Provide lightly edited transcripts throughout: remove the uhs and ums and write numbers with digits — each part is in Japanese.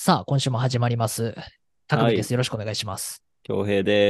さあ、今週も始まります。たくはい、 みです。よろしくお願いします。 恭平です。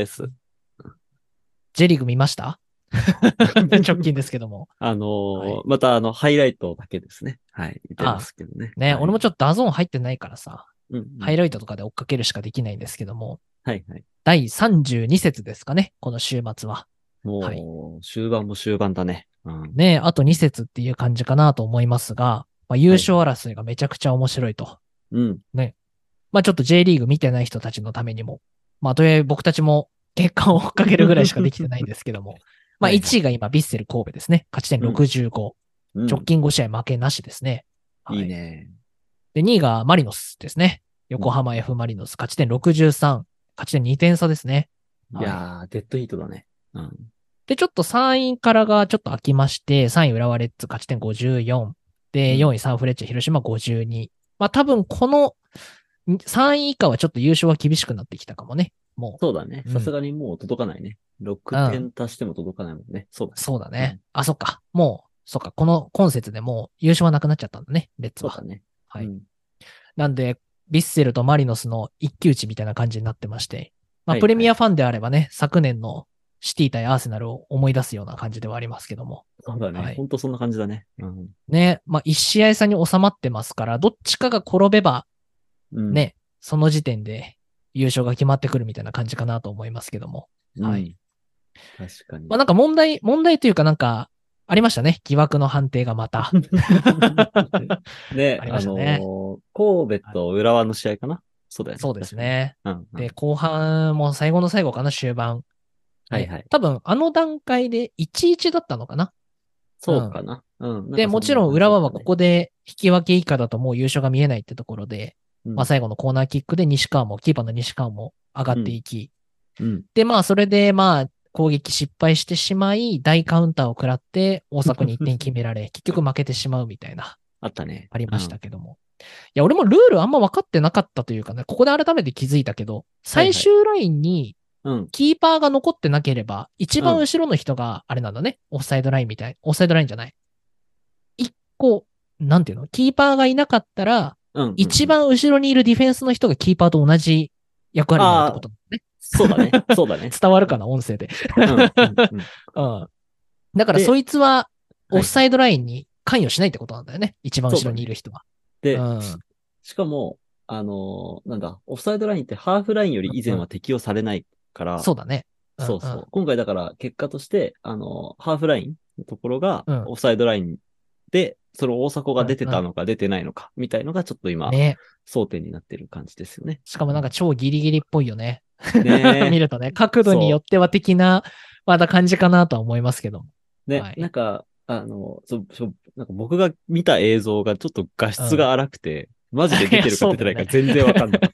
J リーグ見ました直近ですけども。はい。 またハイライトだけですね。はい、見てまあ、 すけどね。 ね、 はい。 俺もちょっとダゾーン入ってないからさ、 うんうん。 ハイライトとかで追っかけるしかできないんですけども、 はいはい。 第32節ですかね、この週末は。はい。 もう、終盤も終盤だね。うん。 ね、あと2節っていう感じかなと思いますが、優勝はいはい。 争いがめちゃくちゃ面白いと。 うん。 ね。ちょっと J リーグ見てない人たちのためにも、とりあえず僕たちも結果を追っかけるぐらいしかできてないんですけども、1 はいはい。 位が今、ヴィッセル神戸ですね。勝ち点うん。 65。直うん。 近5試合負けなしですね。 いはい。 いね。 で、2位がマリノスですね。 うん。 横浜 F マリノス、勝ち点63。勝ち点2点差ですね。 いはい。 やー、デッドヒートだね。うん。 で、ちょっと3位からがちょっと空きまして、3位浦和レッズ勝ち点54。で、 うん。 4位サンフレッチェ広島52。多分この3位以下はちょっと優勝は厳しくなってきたかもね。もそうだね。 う。うん。 さすがにもう届かないね。6 うん。 点足しても届かないもんね。そうだね。 そうだね。 うん。 あ、そっか。もう、そっか。この今節でもう優勝はなくなっちゃったんだね。レッツは。 そうだね。 はい。 うん。 なんで、ヴィッセルとマリノスの一騎打ちみたいな感じになってまして。 はいはい。 プレミアファンであればね、昨年のシティ対アーセナルを思い出すような感じではありますけども。 そうだね。 はい。 ほんとそんな感じだね。うん。 ね。一試合差に収まってますから、どっちかが転べば、 うん。 ね、その時点で優勝が決まってくるみたいな感じかなと思いますけども。はい。 うん。確かに。 なんか問題というかなんか、ありましたね。疑惑の判定がまた。 ね、 ありましたね。 神戸はい。 と浦和の試合かな。そうだよね。 そうです確かに。 ね。で、 うんうん。 後半も最後の最後かな、終盤。ね。 はいはい。 多分、あの段階で1-1だったのかな。うん。 そうかな。うん。なんで、 かそもちろんんな感じ浦和はこだったね。 こで引き分け以下だともう優勝が見えないってところで、 うん。 最後のコーナーキックでキーパーの西川も上がうん。 っていき、 うん。 で、それで、攻撃失敗してしまい、大カウンターを食らって、大迫に1点決められ、結局負けてしまうみたいな、 あったね。 ありましたうん。 けども。いや、俺もルールあんま分かってなかったというかね、ここで改めて気づいたけど、最はいはい。 終ラインにうん。 キーパーが残ってなければ、一うん。 番後ろの人があれなんだね。オフサイドラインみたい。オフサイドラインじゃない。一個、なんていうのキーパーがいなかったら、 うん。うん。うん。 一番後ろにいるディフェンスの人がキーパーと同じ役割になるってこああ、 とだね。 そうだね。そうだね。 伝わるかな、音声で。 うん。うん。うん。 うん。だからそで、 いつはオはいはい。 フサイドラインに関与しないってことなんだよね。一番後ろにいそうだね。 る人は。うで、 ん。 しかも、なんだ、オフサイドラインってハーフラインより以前うん。 は適用されないから、 そうだね。うんうん。 そうそう。今回だから結果として、ハーフラインのところがうん。 オフサイドラインで、その大迫が出てうんうん。 たのか出てないのか、みたいのがちょっと今、 ね。 争点になってる感じですよね。 しかもなんかうん、 超ギリギリっぽいよね。見ねえ、 るとね、角度によそっては的な、また感じかなとは思いますけども。 う。ね、 はい。 なんか僕が見た映像がちょっと画うん。 質が荒くて、マジでいや、 出てるか出てそうだよね。 ないか全然わかんなかった。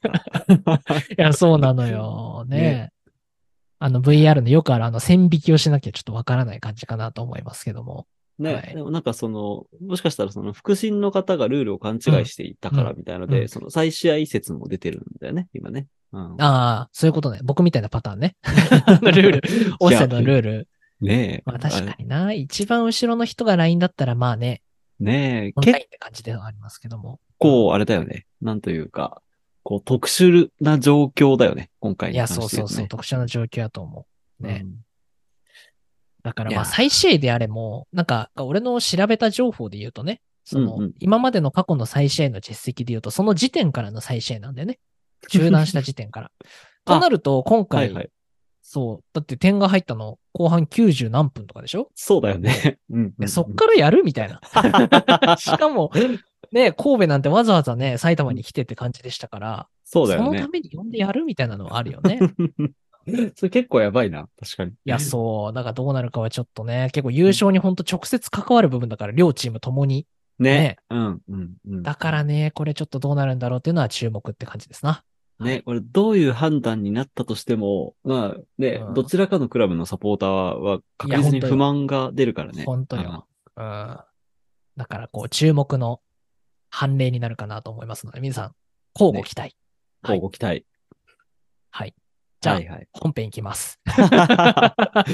いや、そうなのよ。 ね。 ね。 いや VR のよくある線引きをしなきゃちょっとわからない感じかなと思いますけども。はね、 い。 でもなんかもしかしたらその腹心の方がルールを勘違いうん。 していたからうん。 みたいので、 うん。 その再試合説も出てるんだよね、今ね。うん。 ああ、そういうことね。僕みたいなパターンね。ルール、オフサイいや、 ドのルール。 ねえ、 確かにな。一番後ろの人がラインだったらねえ、 オンラインって感じではありますけども。うん。 あれだよね。なんというか、特殊な状況だよね。今回いや、 に関そうそうそう。 して言うとね。 特殊な状況だと思う。ね。 うん。 だからいや最終であれも、なんか、俺の調べた情報で言うとね、 うんうん。 今までの過去の再試合の実績で言うと、その時点からの再試合なんだよね。中断した時点から。となあ、 ると、今回、 はいはい。 そう、だって点が入ったの後半90何分とかでしょ。 そうだよもね。うんうう、 んうん。 そっからやるみたいな。しかも、ね、神戸なんてわざわざね、埼玉に来てって感じでしたから、そのたそうだよね。 めに呼んでやるみたいなのはあるよね。 それ結構やばいな。確かに。 いや、そう。だからどうなるかはちょっとね、結構優勝に本当直接関わる部分だから、両チームともに。 ね。 ね。 うんうんうん。 だからね、これちょっとどうなるんだろうっていうのは注目って感じですな。はね、 い。 これどういう判断になったとしても、まあね、どうん。 ちらかのクラブのサポーターはいや、 確実に不本当よ。 満が出るからね。うん。 本当よ。うん。だから、注目の判例になるかなと思いますので、皆さん、交互ね、 期待。はい。 乞うご期待。 はい。じゃあ、 はいはい。 本編いきます。はい。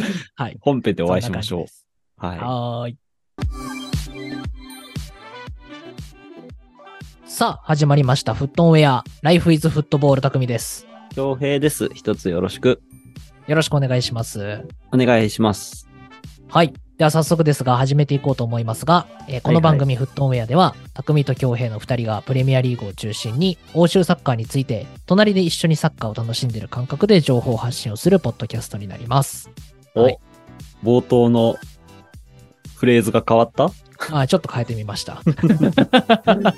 本編でお会いそんなしましょ感じです。 う。はい。 はーい。 さあ、始まりました。フットンウェア、Life is Football 匠です。 恭平です。一つよろしく。 よろしくお願いします。 お願いします。 はい。では早速ですが、始めていこうと思いますが、この番組、フットンウェアでは、匠と恭平の2人がプレミアリーグを中心に、欧州サッカーについて、隣で一緒にサッカーを楽しんでいる感覚で情報発信をするポッドキャストになります。 はい。冒頭のフレーズが変わった？ ちょっと変えてみました。はい。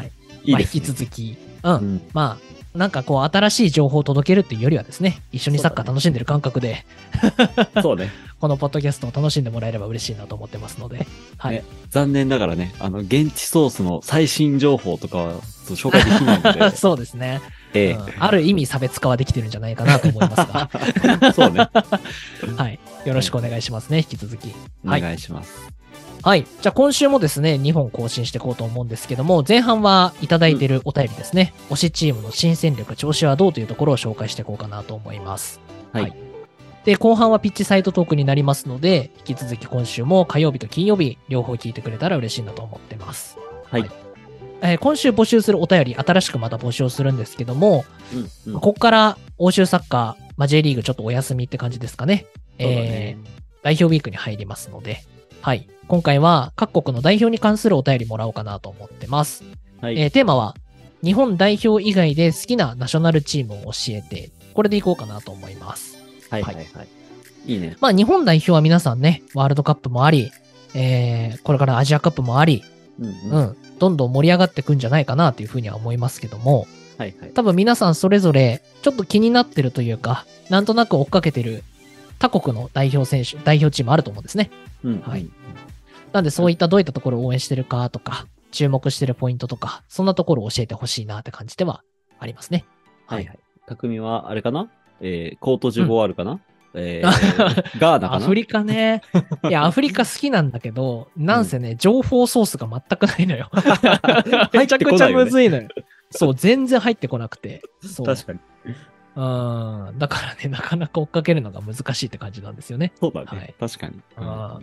いいですね。 引き続き、まあ、なんかこう、新しい情報を届けるっていうよりはですね、一緒にサッカー楽しんでる感覚で、 そうね。 このポッドキャストを楽しんでもらえれば嬉しいなと思ってますので、はい。 ね、残念ながらね、現地ソースの最新情報とかは紹介できないので。 そうですね、ある意味差別化はできてるんじゃないかなと思いますが。 そうね。 はい。よろしくお願いしますね、引き続き。 お願いします。 はい。じゃあ今週もですね、2本更新していこうと思うんですけども、前半はいただいているお便りですね、推しチームの新戦力、調子はどうというところを紹介していこうかなと思います。 はい。 で、後半はピッチサイトトークになりますので、引き続き今週も火曜日と金曜日、両方聞いてくれたら嬉しいなと思ってます。 はい。 今週募集するお便り、新しくまた募集をするんですけども、ここから欧州サッカー、J リーグちょっとお休みって感じですかね。代表ウィークに入りますので、はい。今回は各国の代表に関するお便りもらおうかなと思ってます。はい。テーマは、日本代表以外で好きなナショナルチームを教えて、これでいこうかなと思います。 はいはいはい。いいね。 まあ日本代表は皆さんね、ワールドカップもあり、これからアジアカップもあり、どんどん盛り上がっていくんじゃないかなというふうには思いますけども、はいはい。多分皆さんそれぞれちょっと気になってるというか、なんとなく追っかけてる他国の代表選手、代表チームあると思うんですね。はい。なんでそういったどういったところを応援してるかとか、注目してるポイントとか、そんなところを教えてほしいなって感じではありますね。はいはい。 匠はあれかな？コートジボワールかな？ガーナかな？ アフリカね。いや、アフリカ好きなんだけど、なんせね、情報ソースが全くないのよ。めちゃくちゃむずいのよ。そう、全然入ってこなくて。そう。 確かに。 だからね、なかなか追っかけるのが難しいって感じなんですよね。 そうだね。はい、確かに。 はい。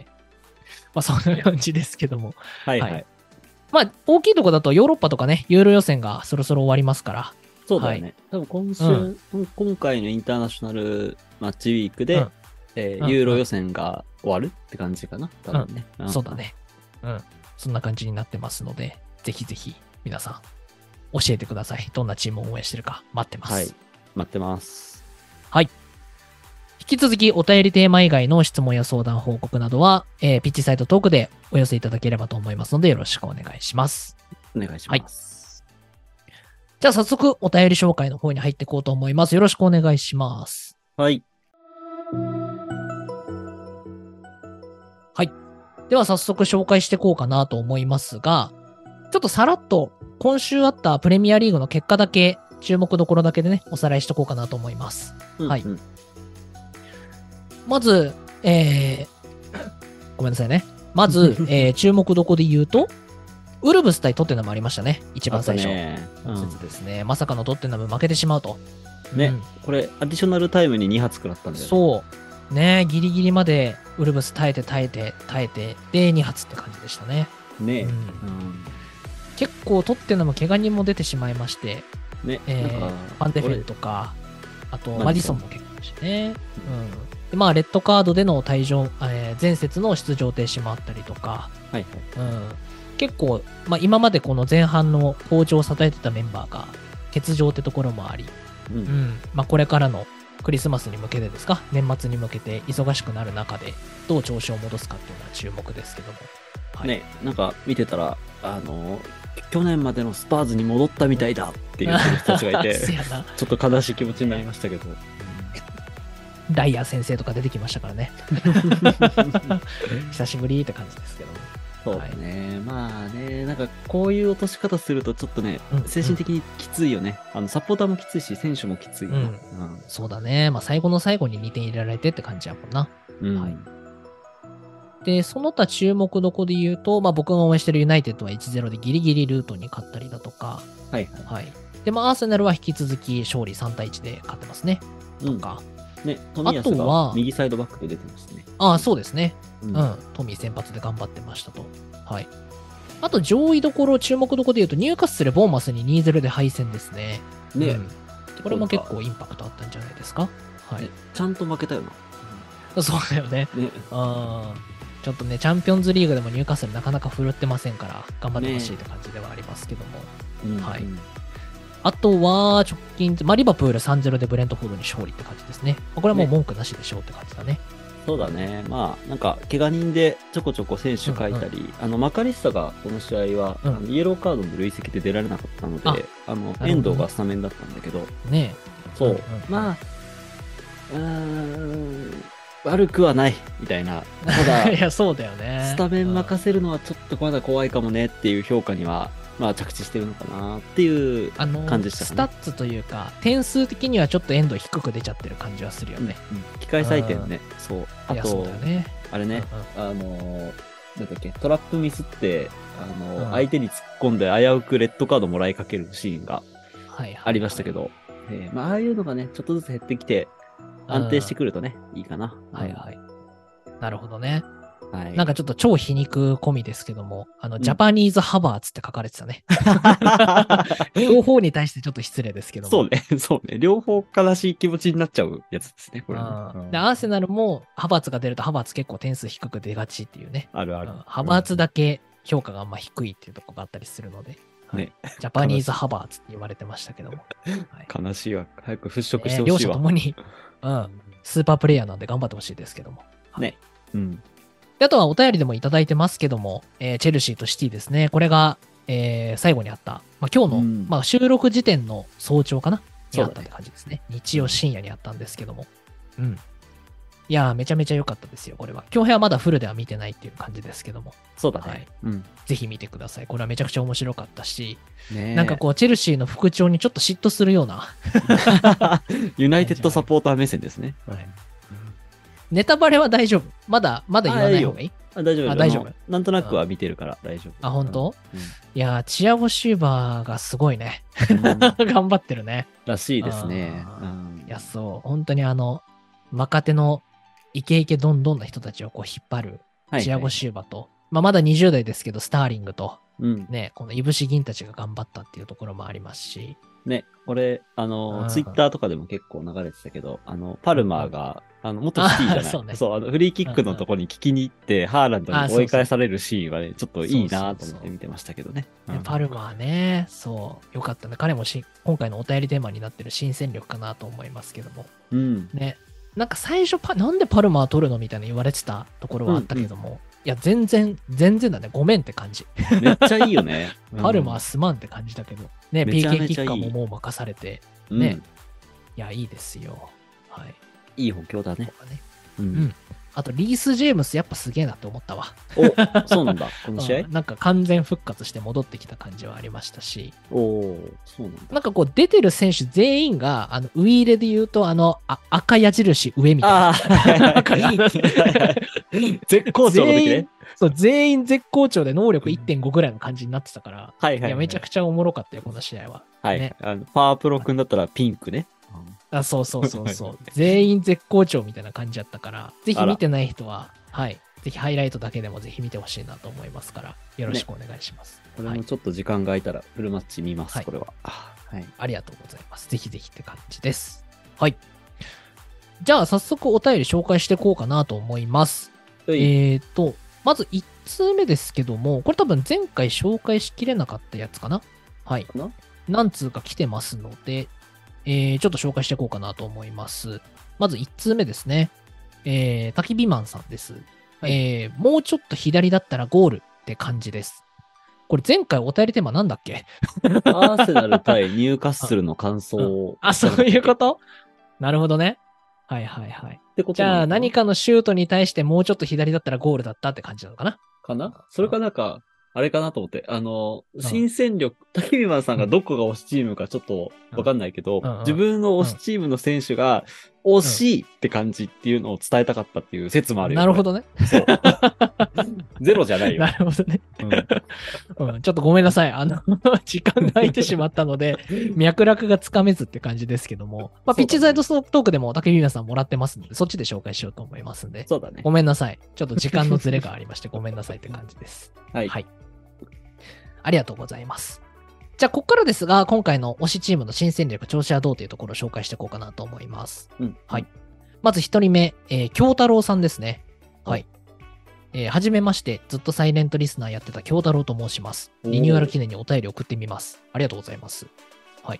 まあ、そんな感じですけども。 はいはい。 まあ、大きいとこだとヨーロッパとかね、ユーロ予選がそろそろ終わりますから。 そうだよね。多分今回のインターナショナルマッチウィークで、ユーロ予選が終わるって感じかな。多分ね。 そうだね。そんな感じになってますので、ぜひぜひ皆さん教えてください。どんなチームを応援してるか待ってます。はい。 待ってます。 はい。引き続きお便りテーマ以外の質問や相談報告などは、ピッチサイトトークでお寄せいただければと思いますのでよろしくお願いします。 お願いします。 はい、じゃあ早速お便り紹介の方に入っていこうと思います。よろしくお願いします。 はい。 はい。では早速紹介していこうかなと思いますが、ちょっとさらっと今週あったプレミアリーグの結果だけ、注目どころだけでね、おさらいしておこうかなと思います。はい。まず、ごめんなさいね。まず、注目どこで言うと、ウルブス対トッテナムありましたね。一番最初。説ですね。まさかのトッテナム負けてしまうと。 ね、これ、アディショナルタイムに2発食らったんだよね。 そう。ね、ギリギリまでウルブス耐えて、で、2発って感じでしたね。 ね、 結構トッテナム怪我人も出てしまいまして、 ね、 ファンデフェンとか、あと、マディソンも結構でしたね。でまあ、レッドカードでの退場、前節の出場停止もあったりとか、結構、まあ、今までこの前半の好調を支えてたメンバーが欠場ってところもあり、まあ、これからのクリスマスに向けてですか、年末に向けて忙しくなる中で、どう調子を戻すかっていうのは注目ですけども。 ね、なんか見てたら、去年までのスパーズに戻ったみたいだっていう人たちがいて、ちょっと悲しい気持ちになりましたけど。 ダイヤ先生とか出てきましたからね。久しぶりって感じですけども。 そうだね。まあね、なんかこういう落とし方するとちょっとね、精神的にきついよね。サポーターもきついし、選手もきつい。 そうだね。まあ最後の最後に2点入れられてって感じやもんな。で、その他注目どこで言うと、まあ僕が応援してるユナイテッドは 1-0 でギリギリルートに勝ったりだとか。で、まあアーセナルは引き続き勝利3対1で勝ってますね。とか。 ね、冨安が右サイドバックで出てましたね。 そうですね。トミー先発で頑張ってましたと。はい。 あと上位どころ、注目どころで言うと、ニューカッスル、ボーマスに 2-0 で敗戦ですね。 ね、 これも結構インパクトあったんじゃないですか。はい。 ちゃんと負けたよな。そうだよね。ちょっとね、チャンピオンズリーグでもニューカッスルなかなか振るってませんから、頑張ってほしいって感じではありますけども。はい。あとは、直近、リバプール 3-0 でブレントフォードに勝利って感じですね。これはもう文句なしでしょうって感じだね。 そうだね。まあ、なんか、怪我人でちょこちょこ選手書いたり、マカリスタがこの試合は、イエローカードの累積で出られなかったので、遠藤がスタメンだったんだけど、 ねそう。まあ、悪くはない、みたいな。ただ、 いや、そうだよね。 スタメン任せるのはちょっとまだ怖いかもねっていう評価には、まあ着地してるのかなっていう感じでしたかね。 スタッツというか、点数的にはちょっとエンド低く出ちゃってる感じはするよね。 機械採点ね。そう。あと、あれね、なんだっけ、トラップミスって、相手に突っ込んで危うくレッドカードもらいかけるシーンがありましたけど、まあ、ああいうのがね、ちょっとずつ減ってきて、安定してくるとね、いいかな。 はいはい。なるほどね。 はい、 なんかちょっと超皮肉込みですけども、ジャパニーズハバーツって書かれてたね。両方に対してちょっと失礼ですけども。 そうね。両方悲しい気持ちになっちゃうやつですね、これね。 で、アーセナルもハバーツが出るとハバーツ結構点数低く出がちっていうね。 あるある。 ハバーツだけ評価があんま低いっていうところがあったりするので。ね、ジャパニーズハバーツって言われてましたけども。 悲しいわ。早く払拭してほしいわ。 両者ともに、スーパープレイヤーなんで頑張ってほしいですけども。 ね。 あとはお便りでもいただいてますけども、チェルシーとシティですね。これが、最後にあった。今日の、収録時点の早朝かなにあったって感じですね。日曜深夜にあったんですけども。いやー、めちゃめちゃ良かったですよ、これは。今日はまだフルでは見てないっていう感じですけども。 そうだね。 ぜひ見てください。これはめちゃくちゃ面白かったし、なんかこう、チェルシーの副長にちょっと嫉妬するような。 ユナイテッドサポーター目線ですね。 ネタバレは大丈夫？まだ言わない方がいい？ 大丈夫。 大丈夫。 なんとなくは見てるから大丈夫。 本当？いやー、チアゴ・シューバーがすごいね。頑張ってるね。 らしいですね。 いや、そう。本当に若手のイケイケどんどんな人たちをこう引っ張るチアゴ・シューバーと、まだ20代ですけど、スターリングと、ね、このいぶし銀たちが頑張ったっていうところもありますし。 ね、これ、ツイッターとかでも結構流れてたけど、パルマーが、元シティじゃない。そう、フリーキックのとこに聞きに行って、ハーランドに追い返されるシーンはね、ちょっといいなと思って見てましたけどね。 パルマーね、そう、よかったね。彼も今回のお便りテーマになってる新戦力かなと思いますけども。ね。なんか最初なんでパルマー取るのみたいな言われてたところはあったけども、いや、全然だね。ごめんって感じ。 めっちゃいいよね。 パルマーすまんって感じだけど。ね、PK キッカーももう任されて。ね。いや、いいですよ。はい。 いい補強だね。 あと、リース・ジェームスやっぱすげえなって思ったわ。 そうなんだ。この試合なんか完全復活して戻ってきた感じはありましたし。 そうなんだ。 なんかこう出てる選手全員が、ウイイレで言うと、赤矢印上みたいな。 絶好調の時ね。 そう、全員絶好調で能力 1.5 ぐらいの感じになってたから。いや、めちゃくちゃおもろかったよ、この試合は。 はい。パワープロ君だったらピンクね。 そう。全員絶好調みたいな感じだったから、ぜひ見てない人は、ぜひハイライトだけでもぜひ見てほしいなと思いますから、よろしくお願いします。 これもちょっと時間が空いたらフルマッチ見ます、これは。 ありがとうございます。ぜひぜひって感じです。はい。じゃあ、早速お便り紹介していこうかなと思います。まず1通目ですけども、これ多分前回紹介しきれなかったやつかな？はい。何通か来てますので、ちょっと紹介していこうかなと思います。まず1通目ですね。焚き火マンさんです。もうちょっと左だったらゴールって感じです。これ前回お便りテーマなんだっけ？ アーセナル対ニューカッスルの感想を。 そういうこと？なるほどね。はい。じゃあ何かのシュートに対してもうちょっと左だったらゴールだったって感じなのかな？ それかなんか、あれかなと思って、新戦力、滝見マンさんがどこが推しチームかちょっとわかんないけど、自分の推しチームの選手が惜しいって感じっていうのを伝えたかったっていう説もあるよ。 なるほどね。 そう。ゼロじゃないよ。 なるほどね。ちょっとごめんなさい。時間が空いてしまったので、脈絡がつかめずって感じですけども、ピッチサイドトークでも竹美さんもらってますので、そっちで紹介しようと思いますんで、 そうだね。 ごめんなさい。ちょっと時間のズレがありまして、ごめんなさいって感じです。 はい。 ありがとうございます。じゃあ、ここからですが、今回の推しチームの新戦略、調子はどうというところを紹介していこうかなと思います。はい。まず1人目、京太郎さんですね。はい。はじめまして、ずっとサイレントリスナーやってた京太郎と申します。リニューアル記念にお便り送ってみます。ありがとうございます。はい。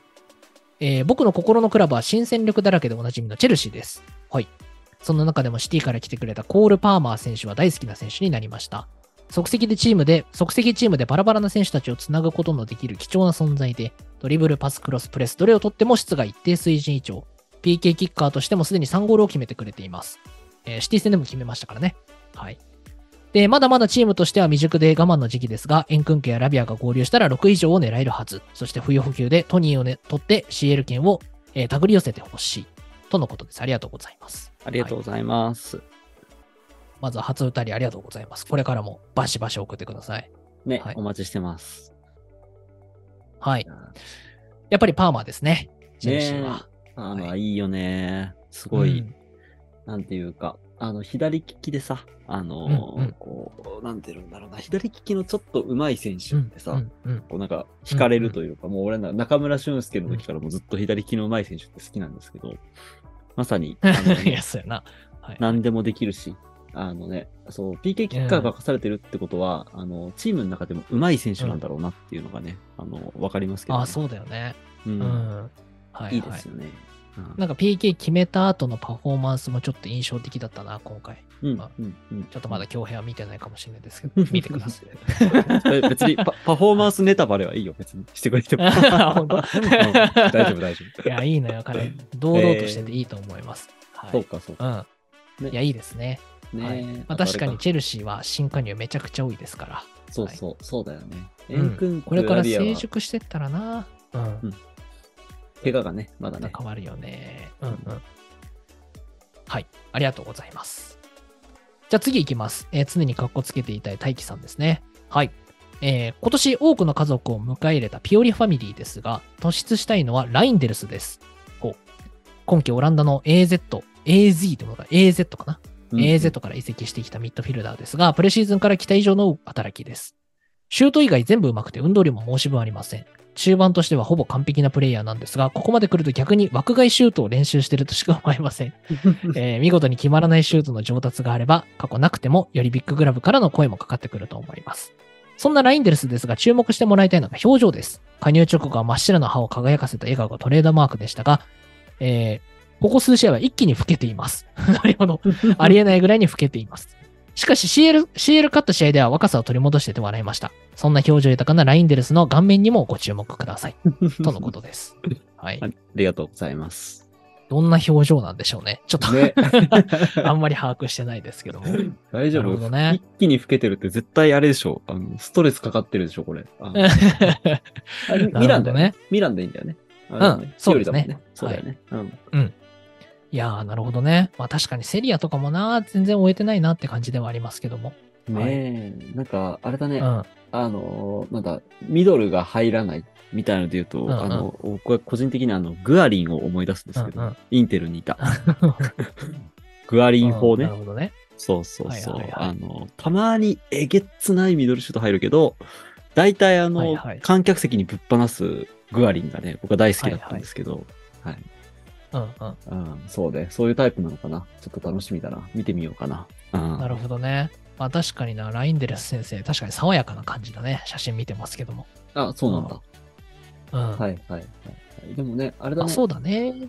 僕の心のクラブは新戦力だらけでおなじみのチェルシーです。はい。その中でもシティから来てくれたコール・パーマー選手は大好きな選手になりました。即席チームでバラバラな選手たちをつなぐことのできる貴重な存在で、ドリブル、パス、クロス、プレス、どれをとっても質が一定水準以上。PK キッカーとしてもすでに3ゴールを決めてくれています。シティ戦でも決めましたからね。はい。で、まだまだチームとしては未熟で我慢の時期ですが、エンクンケやラビアが合流したら6以上を狙えるはず。そして不要不急でトニーを取って CL 権を、手繰り寄せてほしい。とのことです。ありがとうございます。 ありがとうございます。はい、 まずは初歌りありがとうございます。これからもバシバシ送ってください。 ね、はい、お待ちしてます。 はい。やっぱりパーマーですね。チェルシーは。 はい、いいよね。すごい、なんていうか、左利きでさ、こう、なんていうんだろうな、左利きのちょっと上手い選手ってさ、こうなんか惹かれるというか、もう俺中村俊輔の時からもずっと左利きの上手い選手って好きなんですけど、まさに、 いや、そうやな。 はい、何でもできるし、そう、PK キッカーが課されてるってことは、チームの中でも上手い選手なんだろうなっていうのがね、わかりますけど、ね。 あ、そうだよね。 はい、いいですよね。 なんか PK 決めた後のパフォーマンスもちょっと印象的だったな、今回。ちょっとまだ強兵は見てないかもしれないですけど、見てください。別にパフォーマンスネタバレはいいよ、別にしてくれても。本当大丈夫、大丈夫。 いや、いいのよ、彼。堂々としてていいと思うます。 そうか、そうか。 いや、いいですね。確かにチェルシーは新加入めちゃくちゃ多いですから。 そうだよね。これから成熟してったらな。 怪我がね、まだね。 変わるよね。はい。ありがとうございます。じゃあ次行きます。常にカッコつけていたい大輝さんですね。はい。今年多くの家族を迎え入れたピオリファミリーですが、突出したいのはラインデルスです。今季オランダの AZ というのが AZ かな、AZ から移籍してきたミッドフィルダーですが、プレシーズンから期待以上の働きです。シュート以外全部上手くて運動量も申し分ありません。中盤としてはほぼ完璧なプレイヤーなんですが、ここまで来ると逆に枠外シュートを練習しているとしか思えません。見事に決まらないシュートの上達があれば、過去なくてもよりビッグクラブからの声もかかってくると思います。そんなラインデルスですが、注目してもらいたいのが表情です。加入直後は真っ白な歯を輝かせた笑顔がトレードマークでしたが、ここ数試合は一気に老けています。なるほど。ありえないぐらいに老けています。しかし CL 勝った試合では若さを取り戻してて笑いました。そんな表情豊かなラインデルスの顔面にもご注目ください。とのことです。はい。 ありがとうございます。 どんな表情なんでしょうね。ちょっと、ね、あんまり把握してないですけども。 大丈夫、ね、一気に老けてるって絶対あれでしょ。ストレスかかってるでしょ、これ。ミランだよね。ミランでいいんだよね。 そうですね。 そうだよね。 いやー、なるほどね。まあ確かにセリアとかもな、全然終えてないなって感じではありますけども。 ねえ、なんか、あれだね。なんか、ミドルが入らないみたいなので言うと、僕は個人的にグアリンを思い出すんですけど、インテルにいた。グアリン法ね。 なるほどね。 そう。たまにえげつないミドルシュート入るけど、大体観客席にぶっ放すグアリンがね、僕は大好きだったんですけど、はい。そうね。そういうタイプなのかな。ちょっと楽しみだな。見てみようかな。 なるほどね。まあ確かにな、ラインデルス先生、確かに爽やかな感じだね。写真見てますけども。 あ、そうなんだ。はい。でもね、あれだね。 そうだね。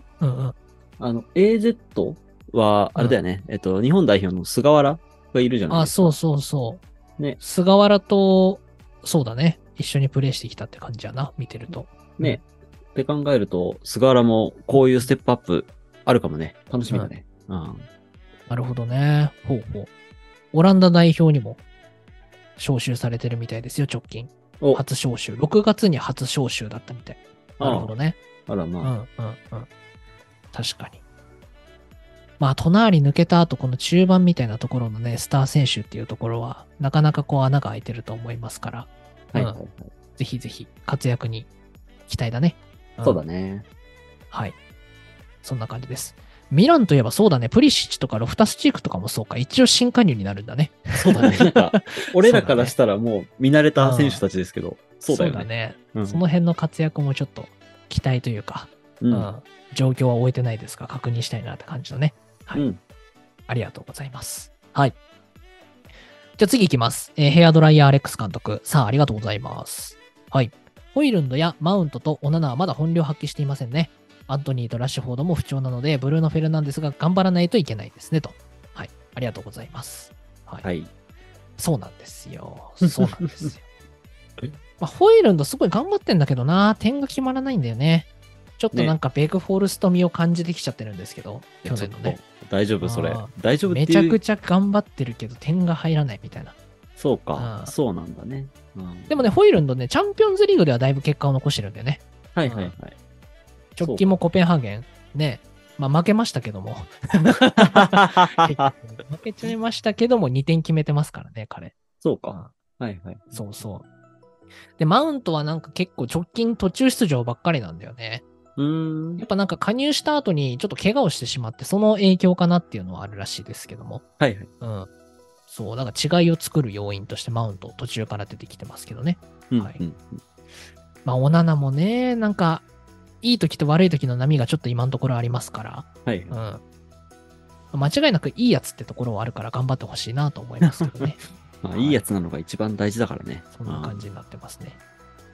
AZ は、あれだよね。日本代表の菅原がいるじゃないですか。 そう。 ね。 菅原と、そうだね。一緒にプレイしてきたって感じやな。見てると。 ね。って考えると、菅原もこういうステップアップあるかもね。楽しみだね。 なるほどね。ほう。オランダ代表にも招集されてるみたいですよ、直近。初招集。6月に初招集だったみたい。なるほどね。 あらまあ。確かに。まあ、隣抜けた後、この中盤みたいなところのね、スター選手っていうところは、なかなかこう穴が開いてると思いますから。ぜひぜひ活躍に期待だね。 そうだね。 はい。そんな感じです。ミランといえばそうだね。プリシッチとかロフタスチークとかもそうか。一応新加入になるんだね。 そうだね。なんか、俺らからしたらもう見慣れた選手たちですけど、 そうだよね。 そうだね、その辺の活躍もちょっと期待というか、状況は終えてないですが、確認したいなって感じのね。はい。ありがとうございます。はい。じゃあ次いきます。ヘアドライヤーアレックス監督。さあ、ありがとうございます。はい。ホイルンドやマウントとオナナはまだ本領発揮していませんね。アントニーとラッシュフォードも不調なので、ブルーノ・フェルナンデスが頑張らないといけないですね、と。はい。ありがとうございます。はい。そうなんですよ。そうなんですよ。ホイルンドすごい頑張ってんだけどな、点が決まらないんだよね。ちょっとなんかベクフォルスト味を感じてきちゃってるんですけど、去年のね。 大丈夫それ。大丈夫っていう。 めちゃくちゃ頑張ってるけど点が入らないみたいな。 そうか。そうなんだね。 でもね、ホイルンドね、チャンピオンズリーグではだいぶ結果を残してるんだよね。 はいはいはい。 直近もコペンハーゲン、ね。まあ負けましたけども。負けちゃいましたけども、2点決めてますからね、彼。 そうか。はいはい。 そうそう。で、マウントはなんか結構直近途中出場ばっかりなんだよね。やっぱなんか加入した後にちょっと怪我をしてしまって、その影響かなっていうのはあるらしいですけども。 はいはい。 そう、だから違いを作る要因としてマウント途中から出てきてますけどね。はい。まあ、オナナもね、なんか、いい時と悪い時の波がちょっと今のところありますから。 はい。 間違いなくいいやつってところはあるから頑張ってほしいなと思いますけどね。 まあ、いいやつなのが一番大事だからね。 そんな感じになってますね。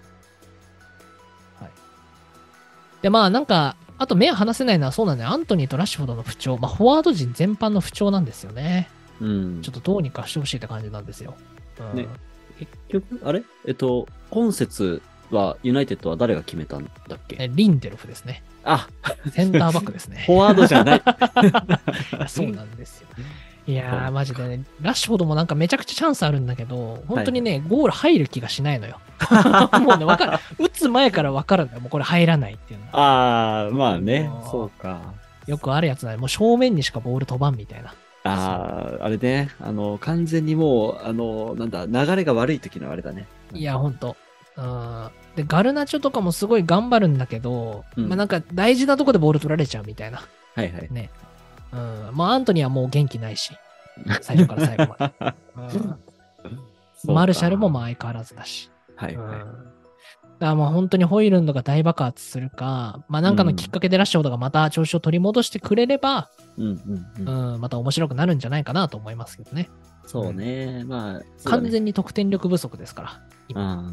はい。で、まあなんか、あと目離せないのはそうなんだよ。アントニーとラッシュフォードの不調。まあフォワード陣全般の不調なんですよね。ちょっとどうにかしてほしいって感じなんですよ。 ね。結局、あれ今節はユナイテッドは誰が決めたんだっけ？ リンデルフですね。センターバックですね。 フォワードじゃない。 そうなんですよ。いやー、マジでね、ラッシュフォードもなんかめちゃくちゃチャンスあるんだけど、本当にね、ゴール入る気がしないのよ。もうね、わかる。打つ前からわかるんだよ。もうこれ入らないっていうのは。まあね、そうか。 よくあるやつだね。もう正面にしかボール飛ばんみたいな。 あれね、完全にもう、なんだ、流れが悪い時のあれだね。 いや、ほんと。で、ガルナチョとかもすごい頑張るんだけど、まあなんか大事なとこでボール取られちゃうみたいな。 はいはい。 ね。まあアントニーはもう元気ないし、最初から最後まで。マルシャルもまあ相変わらずだし。 はいはい。 だからまあ本当にホイルンドが大爆発するか、まあなんかのきっかけでラッシュフォードがまた調子を取り戻してくれれば、また面白くなるんじゃないかなと思いますけどね。 そうね。まあ、 完全に得点力不足ですから、今。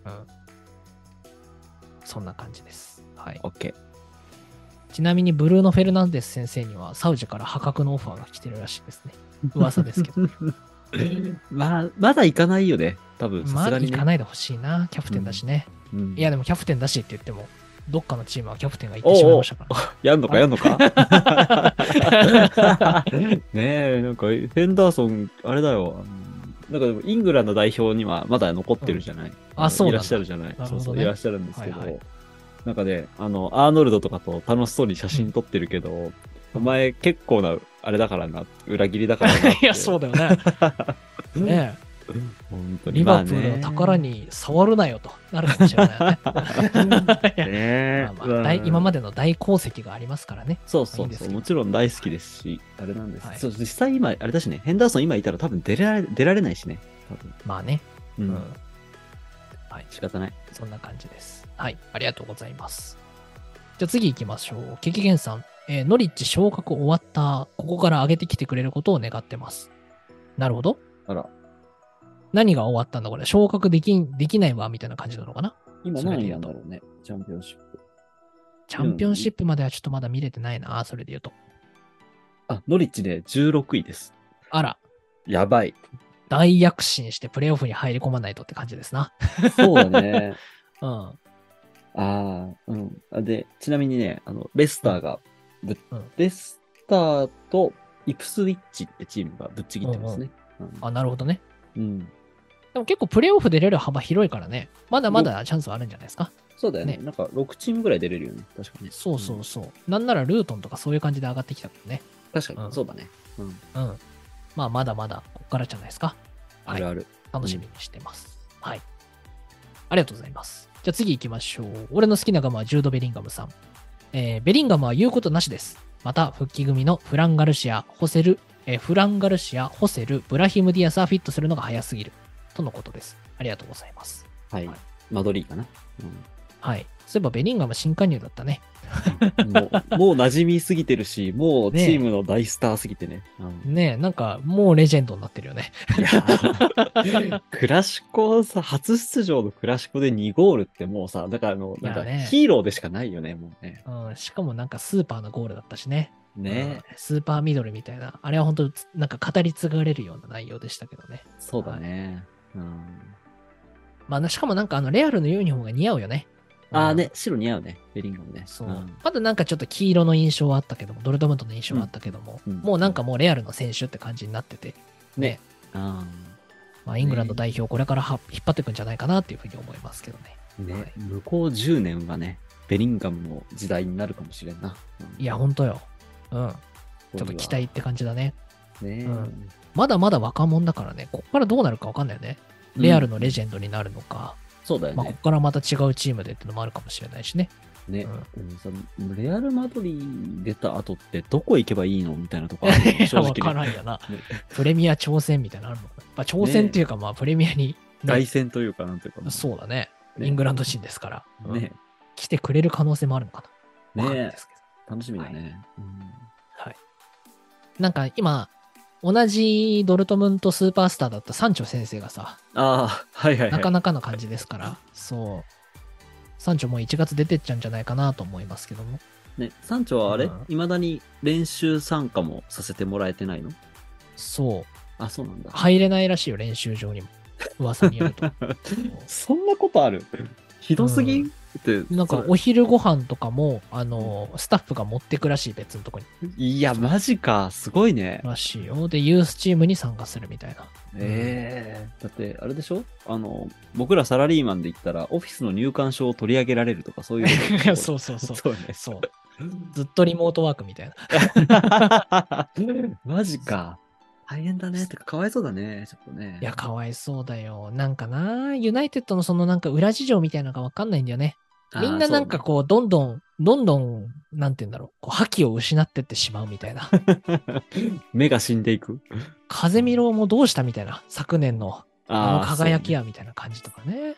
そんな感じです。はい。 OK。 ちなみにブルーノ・フェルナンデス先生にはサウジから破格のオファーが来てるらしいですね。噂ですけど。 まだ行かないよね。多分、さすがに、ね。 まだ行かないでほしいな。キャプテンだしね。いや、でもキャプテンだしって言っても、どっかのチームはキャプテンが行ってしまいましたから、ね。 やんのかねえ、なんか、ヘンダーソン、あれだよ。なんかでも、イングランド代表にはまだ残ってるじゃない。 そういらっしゃるじゃない。そう、いらっしゃるんですけど。 はいはい、 なんかね、アーノルドとかと楽しそうに写真撮ってるけど、お前結構な、あれだからな、裏切りだからな。 いや、そうだよね。ねえ。本当にリバプールの宝に触るなよとなるかもしれないね。今までの大功績がありますからね。 そうそうそう。もちろん大好きですし、あれなんです。そう、実際今、あれだしね、ヘンダーソン今いたら多分出られないしね。多分まあね。 はい。仕方ない。 そんな感じです。はい。ありがとうございます。じゃあ次行きましょう。ケキゲンさん。ノリッチ昇格終わった。ここから上げてきてくれることを願ってます。なるほど。 あら。 何が終わったんだこれ。昇格できないわみたいな感じなのかな。 今何なんだろうね。チャンピオンシップ。 チャンピオンシップまではちょっとまだ見れてないな。それで言うと。 ノリッチね、16位です。 あら。 やばい。 大躍進してプレイオフに入り込まないとって感じですな。 そうだね。で、ちなみにね、レスターが、レスターとイプスウィッチってチームがぶっちぎってますね。 なるほどね。でも結構プレイオフ出れる幅広いからね、まだまだチャンスはあるんじゃないですか。 そうだよね。なんか6チームぐらい出れるよね。確かに。 そうそうそう。なんならルートンとかそういう感じで上がってきたからね。 確かに。そうだね。 まあまだまだここからじゃないですか。 あるある。 楽しみにしてます。はい。ありがとうございます。じゃあ次行きましょう。俺の好きなガムはジュード・ベリンガムさん。ベリンガムは言うことなしです。また、復帰組のフランガルシア、ホセル、ブラヒム・ディアスはフィットするのが早すぎる。とのことです。ありがとうございます。 はい。 マドリーかな。 はい。そういえばベリンガム新加入だったね。 もう馴染みすぎてるし、もうチームの大スターすぎてね。 ねえ、なんかもうレジェンドになってるよね。 クラシコさ、初出場のクラシコで2ゴールってもうさ、だからなんかヒーローでしかないよね、もうね。 しかもなんかスーパーなゴールだったしね。 ね、 スーパーミドルみたいな。あれは本当なんか語り継がれるような内容でしたけどね。 そうだね。 まあ、しかもなんかレアルのユニフォームが似合うよね。 ね、白似合うね、ベリンガムね。 そう。まだなんかちょっと黄色の印象はあったけども、ドルトムントの印象はあったけども、もうなんかもうレアルの選手って感じになってて。ね。まあ、イングランド代表これから引っ張っていくんじゃないかなっていうふうに思いますけどね。 ね、向こう10年はね、ベリンガムの時代になるかもしれんな。 いや、ほんとよ。ちょっと期待って感じだね。まだまだ若者だからね、ここからどうなるかわかんないよね。レアルのレジェンドになるのか。 そうだよね。 まあ、ここからまた違うチームでってのもあるかもしれないしね。 ね。レアル・マドリー出た後ってどこ行けばいいのみたいなとこあるの正直、ね。 わからんよな。プレミア挑戦みたいなのあるのかな。挑戦っていうか、まあ、プレミアに。 凱旋というか、なんていうか。 そうだね。イングランド人ですから。 ね。 来てくれる可能性もあるのかな。 ね。楽しみだね。 はい。なんか今、同じドルトムントスーパースターだったサンチョ先生がさ、なかなかの感じですから、そう。サンチョもう1月出てっちゃうんじゃないかなと思いますけども。 ね、サンチョはあれ未だに練習参加もさせてもらえてないの？ そう。 そうなんだ。 入れないらしいよ、練習場にも。噂によると。 そんなことある？ひどすぎってなんかお昼ご飯とかもスタッフが持ってくらしい、別のとこに。 いやマジか、すごいね。 らしいよ。でユースチームに参加するみたいな。 だってあれでしょ、僕らサラリーマンで言ったらオフィスの入館証を取り上げられるとかそういうそうそうそうね、 そうずっとリモートワークみたいな。マジか。大変だね。てか、かわいそうだね。ちょっとね。 いや、かわいそうだよ。なんかな、ユナイテッドのそのなんか裏事情みたいなのがわかんないんだよね。みんななんかこう、どんどん、なんて言うんだろう、こう覇気を失ってってしまうみたいな。 目が死んでいく。 風見ろもどうしたみたいな。昨年の輝きやみたいな感じとかね。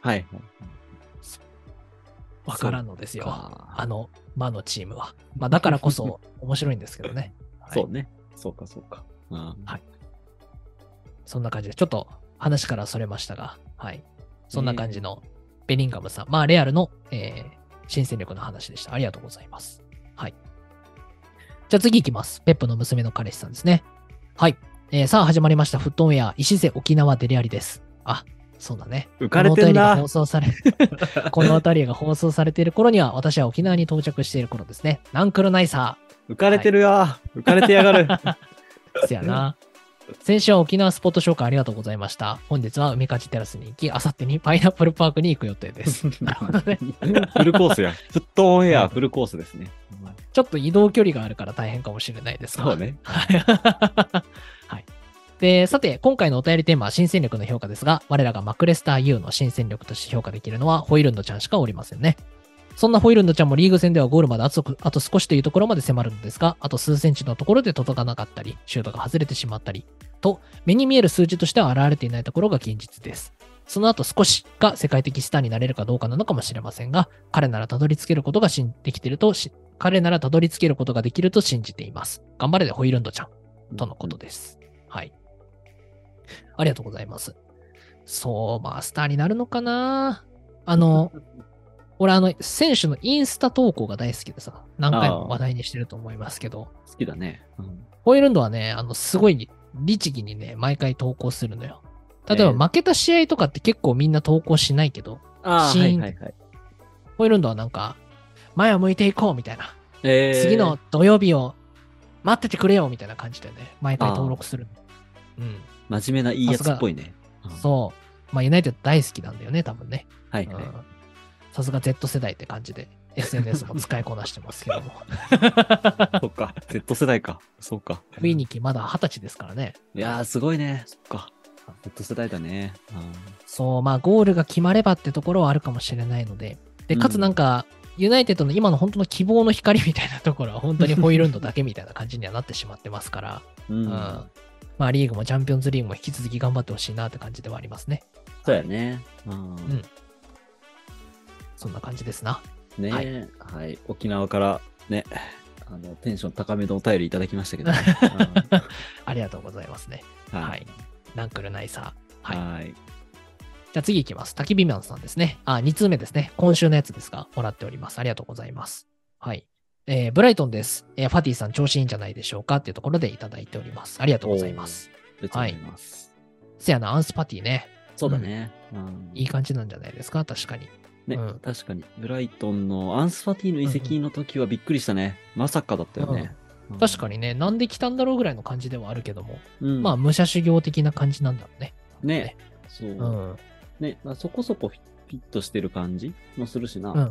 わからんのですよ。魔のチームは。まあ、だからこそ面白いんですけどね。 そうね。そうか、そうか。 はい。そんな感じで、ちょっと話からそれましたが、はい。そんな感じのベリンガムさん、まあ、レアルの、新戦力の話でした。ありがとうございます。はい。じゃあ次行きます。ペップの娘の彼氏さんですね。はい。さあ始まりました。フットウェア、石瀬沖縄デリアリです。そうだね。 浮かれてんな。 このあたりが放送されている頃には、私は沖縄に到着している頃ですね。ナンクルナイサー。浮かれてるよ。浮かれてやがる。 せやな。先週は沖縄スポット紹介ありがとうございました。本日は海かじテラスに行き、あさってにパイナップルパークに行く予定です。なるほどね。 フルコースや。フットオンエアフルコースですね。 ちょっと移動距離があるから大変かもしれないですが。 そうね。 はい。で、さて、今回のお便りテーマは新戦力の評価ですが、我らがマクレスター U の新戦力として評価できるのはホイルンドちゃんしかおりませんね。そんなホイルンドちゃんもリーグ戦ではゴールまであと少しというところまで迫るのですが、あと数センチのところで届かなかったり、シュートが外れてしまったり、と、目に見える数字としては現れていないところが現実です。その後少しが世界的スターになれるかどうかなのかもしれませんが、彼ならたどり着けることができると信じています。頑張れでホイルンドちゃん。とのことです。はい。ありがとうございます。そう、まあ、スターになるのかな。俺、選手のインスタ投稿が大好きでさ、何回も話題にしてると思いますけど。 好きだね。 ホイルンドはね、すごい律儀にね、毎回投稿するのよ。例えば負けた試合とかって結構みんな投稿しないけど、ホイルンドはなんか、前を向いていこうみたいな。次の土曜日を待っててくれよみたいな感じでね、毎回登録する。 真面目ないいやつっぽいね。 そう。まあ、ユナイテッド大好きなんだよね、多分ね。 さすが Z 世代って感じで SNS も使いこなしてますけども。 そっか、Z 世代か。そうか。 ウィニキまだ20歳ですからね。 いやー、すごいね。そっか。Z 世代だね。 そう、まあゴールが決まればってところはあるかもしれないので。で、かつなんか、ユナイテッドの今の本当の希望の光みたいなところは本当にホイルンドだけみたいな感じにはなってしまってますから。まあリーグもチャンピオンズリーグも引き続き頑張ってほしいなって感じではありますね。 そうやね。 そんな感じですな。 ね、はい。沖縄からね、テンション高めのお便りいただきましたけど、ね、 ありがとうございますね。はい。ナンクルナイサー。 はい。 じゃあ次いきます。焚き火マンさんですね。2通目ですね。今週のやつですが、もらっております。ありがとうございます。はい。ブライトンです。ファティさん調子いいんじゃないでしょうかっていうところでいただいております。ありがとうございます。 ありがとうございます。 せやな、アンスパティね。 そうだね。 いい感じなんじゃないですか、確かに。 ね、確かに。ブライトンのアンスファティの移籍の時はびっくりしたね。まさかだったよね。 確かにね、なんで来たんだろうぐらいの感じではあるけども。まあ、武者修行的な感じなんだろうね。 ね。そう。ね、そこそこフィットしてる感じもするしな。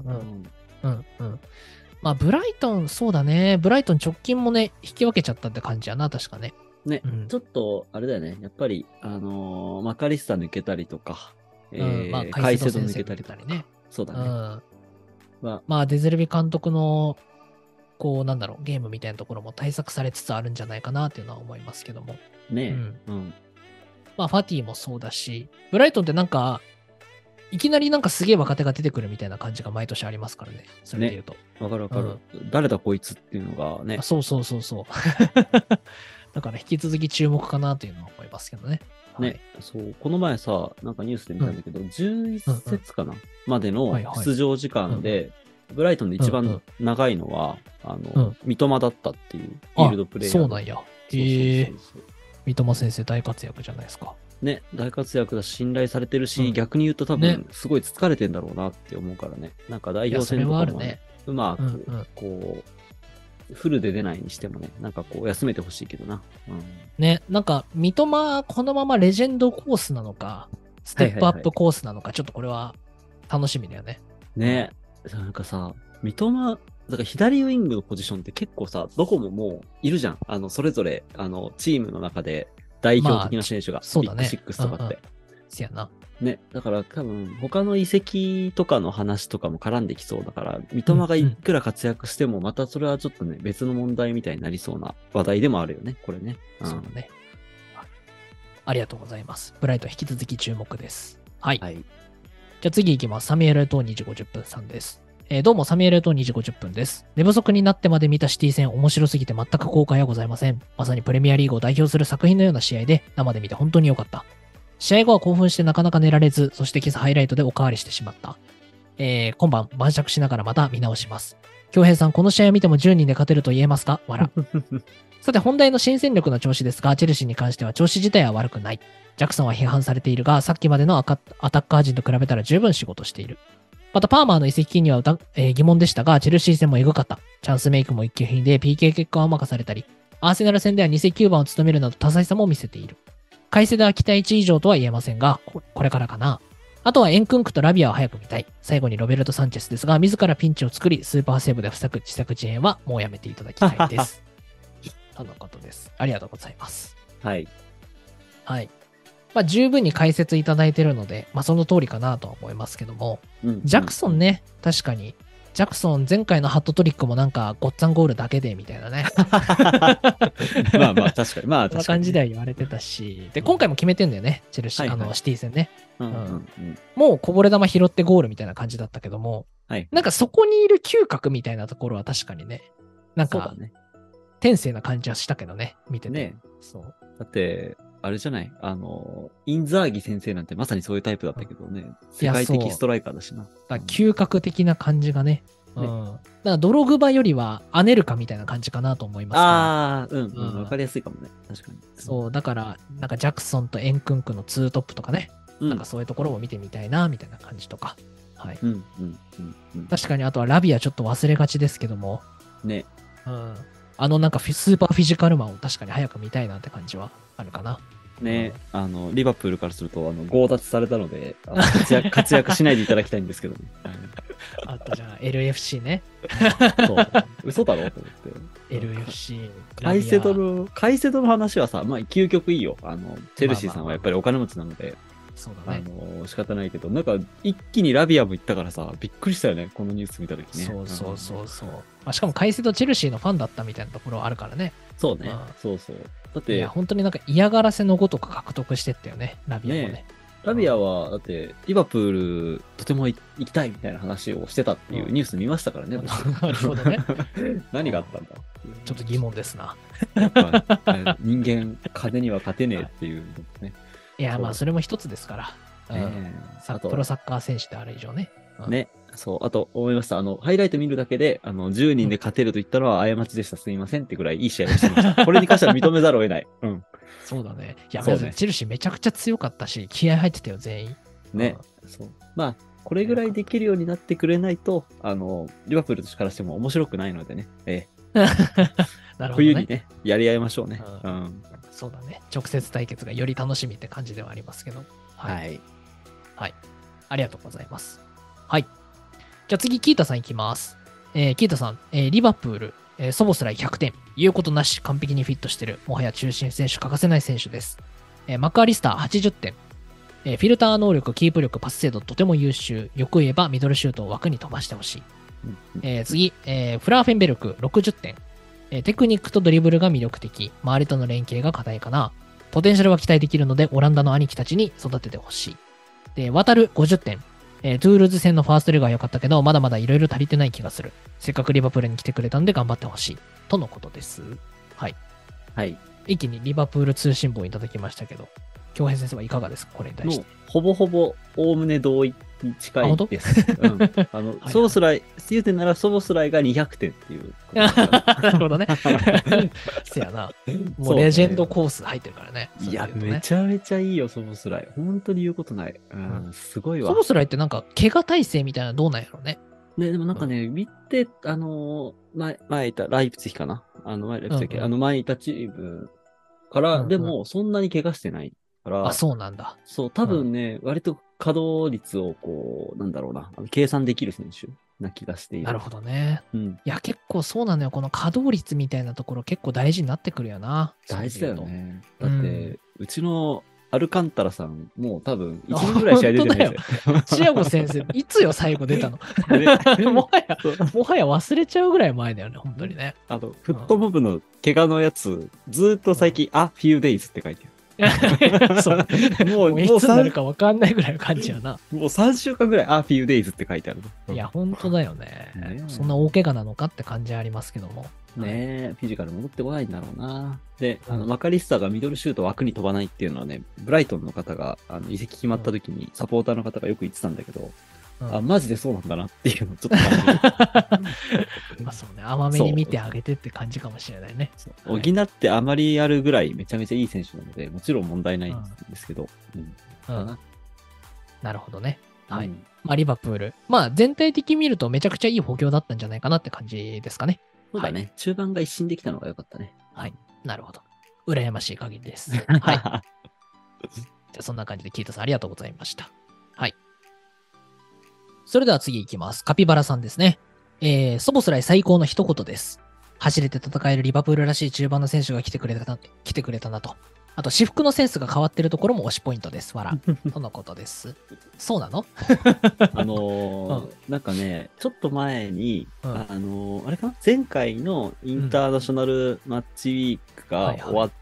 まあ、ブライトン、そうだね。ブライトン直近もね、引き分けちゃったって感じやな、確かね。 ね、ちょっと、あれだよね。やっぱり、マカリスタ抜けたりとか、カイセド抜けたりとかね。そうだね。 まあ、デゼルビ監督の、こう、なんだろう、ゲームみたいなところも対策されつつあるんじゃないかなっていうのは思いますけども。 ねまあ、ファティもそうだし、ブライトンってなんか、いきなりなんかすげえ若手が出てくるみたいな感じが毎年ありますからね。それで言うと。 わかるわかる。誰だこいつっていうのがね。 そうそうそうそう。だから引き続き注目かなというのは思いますけどね。 ね、そう、この前さ、なんかニュースで見たんだけど、11節かなまでの出場時間で、ブライトンで一番長いのは、三笘だったっていうフィールドプレイヤー。 そうなんや。三笘先生大活躍じゃないですか。 ね、大活躍だし、信頼されてるし、逆に言うと多分、すごい疲れてんだろうなって思うからね。なんか代表戦とかもね、うまく、こう、フルで出ないにしてもね、なんかこう、休めてほしいけどな。 ね、なんか、三笘、このままレジェンドコースなのか、ステップアップコースなのか、ちょっとこれは楽しみだよね。 ね、なんかさ、三笘、だから左ウィングのポジションって結構さ、どこももういるじゃん。それぞれ、チームの中で代表的な選手が、 そうだね。 ビッグ6とかって。 せやな。 ね、だから多分、他の移籍とかの話とかも絡んできそうだから、三笘がいくら活躍しても、またそれはちょっとね、別の問題みたいになりそうな話題でもあるよね、これね。 そうだね。ありがとうございます。ブライト引き続き注目です。はい。じゃあ次行きます。サミュエル・トー2時50分さんです。どうもサミュエル・トー2時50分です。寝不足になってまで見たシティ戦面白すぎて全く後悔はございません。まさにプレミアリーグを代表する作品のような試合で生で見て本当に良かった。試合後は興奮してなかなか寝られず、そして今朝ハイライトでおかわりしてしまった。今晩晩酌しながらまた見直します。京平さん、この試合を見ても10人で勝てると言えますか？笑。さて本題の新戦力の調子ですが、チェルシーに関しては調子自体は悪くない。ジャクソンは批判されているが、さっきまでのアタッカー陣と比べたら十分仕事している。またパーマーの移籍金には疑問でしたが、チェルシー戦もエグかった。チャンスメイクも一級品で PK 結果は任されたり、アーセナル戦では2世9番を務めるなど多彩さも見せている。カイセドは期待値以上とは言えませんが、これからかな。あとはエンクンクとラビアを早く見たい。最後にロベルト・サンチェスですが、自らピンチを作り、スーパーセーブで塞ぐ自作自演はもうやめていただきたいです。とのことです。ありがとうございます。 はい。 はい。まあ、十分に解説いただいているので、まあ、その通りかなとは思いますけども、ジャクソンね、確かに、ジャクソン前回のハットトリックもなんかごっつぁんゴールだけでみたいなね。 まあまあ確かに。まあ確かに。 そんな感じでは言われてたし、で、今回も決めてんだよね、チェルシー、シティ戦ね。もうこぼれ球拾ってゴールみたいな感じだったけども、なんかそこにいる嗅覚みたいなところは確かにね、なんか、天性な感じはしたけどね、見てて。ね、 そう。だって、あれじゃないインザーギ先生なんてまさにそういうタイプだったけどね。世界的ストライカーだしな。 嗅覚的な感じがね。だからドログバよりはアネルカみたいな感じかなと思います、 わかりやすいかもね。確かに。 そう、だから、なんかジャクソンとエンクンクのツートップとかね。なんかそういうところも見てみたいな、みたいな感じとか。はい。確かに、あとはラビアちょっと忘れがちですけども。 ね。 なんかスーパーフィジカルマンを確かに早く見たいなって感じはあるかな。 ね、リバプールからすると、強奪されたので、活躍しないでいただきたいんですけどね。 あったじゃん、LFC ね。 そう。嘘だろと思って。 LFC。 カイセドの話はさ、まあ、究極いいよ。チェルシーさんはやっぱりお金持ちなので、 そうだね。 仕方ないけど、なんか、一気にラビアも行ったからさ、びっくりしたよね、このニュース見たときね。 そう。まあ、しかもカイセドチェルシーのファンだったみたいなところはあるからね。 そうね。そう。だって、 いや、本当になんか嫌がらせのごとく獲得してったよね、ラビアもね。 ラビアは、だって、リバプール、とても行きたいみたいな話をしてたっていうニュース見ましたからね。なるほどね。 何があったんだちょっと疑問ですな。 人間、金には勝てねえっていうね。 いや、まあ、それも一つですから。プロサッカー選手である以上ね。 ね。そう。あと、思いました。ハイライト見るだけで、10人で勝てると言ったのは過ちでした。すみませんってぐらいいい試合をしてました。これに関しては認めざるを得ない。うん。 そうだね。いや、そうね、チェルシーめちゃくちゃ強かったし、気合入ってたよ、全員。 ね。そう。まあ、これぐらいできるようになってくれないと、リバプールからしても面白くないのでね。なるほどね。冬にね、やり合いましょうね。うん。 そうだね。直接対決がより楽しみって感じではありますけど。 はい。 はい。ありがとうございます。はい。じゃあ次、キータさんいきます。キータさん、リバプール、ソボスライ100点。言うことなし、完璧にフィットしてる。もはや中心選手、欠かせない選手です。マクアリスター80点。フィルター能力、キープ力、パス精度、とても優秀。よく言えば、ミドルシュートを枠に飛ばしてほしい。次、フラーフェンベルク60点。テクニックとドリブルが魅力的。周りとの連携が課題かな。ポテンシャルは期待できるので、オランダの兄貴たちに育ててほしい。で、渡る50点。トゥールズ戦のファーストレグは良かったけど、まだまだ色々足りてない気がする。せっかくリバプールに来てくれたんで頑張ってほしい。とのことです。はい。 はい。 一気にリバプール通信簿をいただきましたけど、京平先生はいかがですかこれに対して。 ほぼほぼ、おおむね同意に近いです。ソボスライ、言うてならソボスライが200点っていう。 なるほどね。せやな。もうレジェンドコース入ってるからね。 いや、めちゃめちゃいいよ、ソボスライ。本当に言うことない。すごいわ。 ソボスライってなんか、怪我耐性みたいなのどうなんやろうね。 ね、でもなんかね、見て、前いた、ライプツィヒかな前いたチームから、でも、そんなに怪我してないから。 あ、そうなんだ。 そう、多分ね、割と稼働率を計算できる選手な気がしている。 なるほどね。 いや、結構そうなのよ。この稼働率みたいなところ結構大事になってくるよな。 大事だよね。だって、うちのアルカンタラさん、もう多分、1年ぐらい試合出てないですよ。 チアゴ先生、いつよ、最後出たの。もはや忘れちゃうぐらい前だよね、本当にね。 フットモブの怪我のやつ、ずっと最近、フィーデイズって書いてる。 もういつになるか分かんないぐらいの感じやな。 もう3週間ぐらい、フィーデイズって書いてあるの。いや、本当だよね。そんな大怪我なのかって感じありますけども。 ねえ、フィジカル戻ってこないんだろうな。で、マカリスタがミドルシュート枠に飛ばないっていうのはね、ブライトンの方が移籍決まった時にサポーターの方がよく言ってたんだけど、マジでそうなんだなっていうのをちょっと感じる。 まあそうね、甘めに見てあげてって感じかもしれないね。 補ってあまりやるぐらいめちゃめちゃいい選手なので、もちろん問題ないんですけど。 なるほどね。はい。まあリバプール。まあ全体的に見るとめちゃくちゃいい補強だったんじゃないかなって感じですかね。 そうだね。中盤が一新できたのが良かったね。 はい。なるほど。羨ましい限りです。はい。じゃあそんな感じでキータさんありがとうございました。はい。それでは次行きます。カピバラさんですね。ソボスライ最高の一言です。走れて戦えるリバプールらしい中盤の選手が来てくれたなと。あと、私服のセンスが変わってるところも推しポイントです。わら。とのことです。そうなのなんかね、ちょっと前に、あれかな前回のインターナショナルマッチウィークが終わって、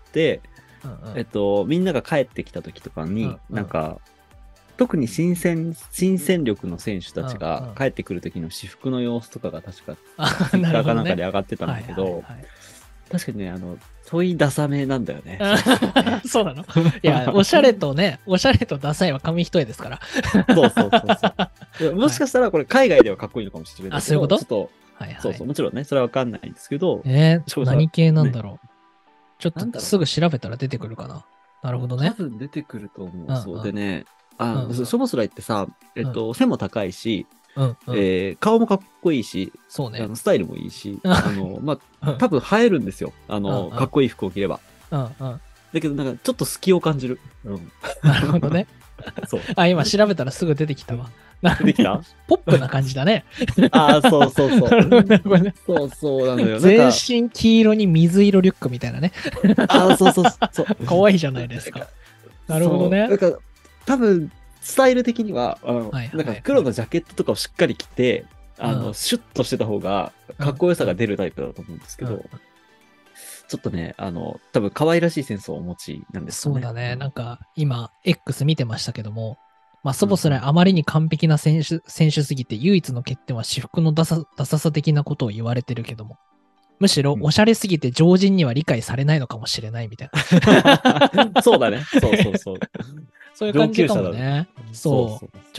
みんなが帰ってきた時とかに、なんか、特に新戦力の選手たちが帰ってくる時の私服の様子とかが確か、ツイッターかなんかで上がってたんだけど、確かにね、問いダサめなんだよね。 そうなの？いや、おしゃれとダサいは紙一重ですから。 そう。もしかしたらこれ海外ではかっこいいのかもしれないけど。 そういうこと？ ちょっと、そうそう、もちろんね、それはわかんないんですけど。 何系なんだろう。ちょっとすぐ調べたら出てくるかな。なるほどね。 多分出てくると思う。そうでね、ソボスライってさ、背も高いし、顔もかっこいいし、 そうね。 スタイルもいいし、多分映えるんですよ。かっこいい服を着れば。だけど、なんかちょっと隙を感じる。 なるほどね。そう。今調べたらすぐ出てきたわ。 出てきた？ ポップな感じだね。 そうそう。そうなのよ。 全身黄色に水色リュックみたいなね。 そう。 かわいいじゃないですか。なるほどね。 多分、スタイル的には、なんか黒のジャケットとかをしっかり着て、シュッとしてた方が、かっこよさが出るタイプだと思うんですけど、 ちょっとね、多分可愛らしいセンスをお持ちなんですよね。 そうだね。なんか、今、X 見てましたけども、まあ、そもそもあまりに完璧な選手すぎて、唯一の欠点は私服のダサさ的なことを言われてるけども、むしろおしゃれすぎて常人には理解されないのかもしれないみたいな。そうだね。そうそうそう。 そういう感じかもね。そう。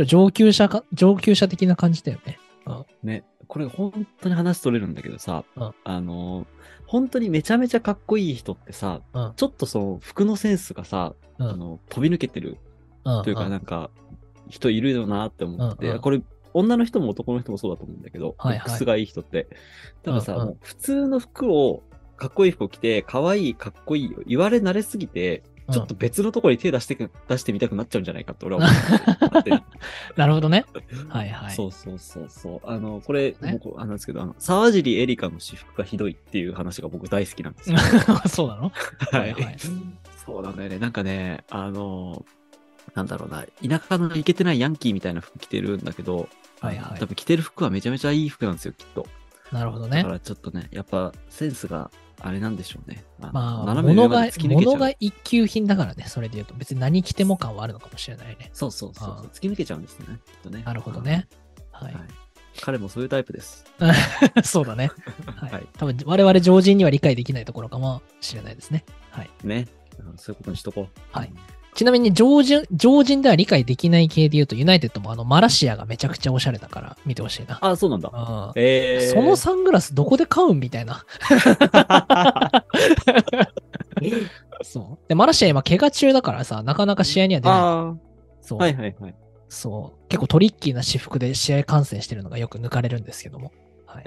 上級者的な感じだよね。 ね。これ本当に話取れるんだけどさ、本当にめちゃめちゃかっこいい人ってさ、ちょっとその服のセンスがさ、飛び抜けてるというかなんか人いるよなって思って、これ女の人も男の人もそうだと思うんだけど、ルックスがいい人って。たださ、もう普通の服を、かっこいい服を着て、かわいい、かっこいい、言われ慣れすぎて、ちょっと別のところに手出してみたくなっちゃうんじゃないかって俺は思って。 なるほどね。はいはい。 そう。これ、なんですけど、沢尻エリカの私服がひどいっていう話が僕大好きなんですよ。 そうなの？ はい。そうなんだよね。なんかね、なんだろうな、田舎のイケてないヤンキーみたいな服着てるんだけど、多分着てる服はめちゃめちゃいい服なんですよ、きっと。 なるほどね。 だからちょっとね、やっぱセンスがあれなんでしょうね。 まあ、物が一級品だからね、それで言うと。別に何着ても感はあるのかもしれないね。 そう。突き抜けちゃうんですね、きっとね。 なるほどね。はい。 彼もそういうタイプです。 そうだね。はい。多分我々常人には理解できないところかもしれないですね。はい。 ね。そういうことにしとこう。 はい。ちなみに常人では理解できない系で言うと、ユナイテッドもマラシアがめちゃくちゃおしゃれだから見てほしいな。 あ、そうなんだ。 そのサングラスどこで買うんみたいな。そう。で、マラシア今怪我中だからさ、なかなか試合には出ない。そう。 はい。 そう。結構トリッキーな私服で試合観戦してるのがよく抜かれるんですけども。はい。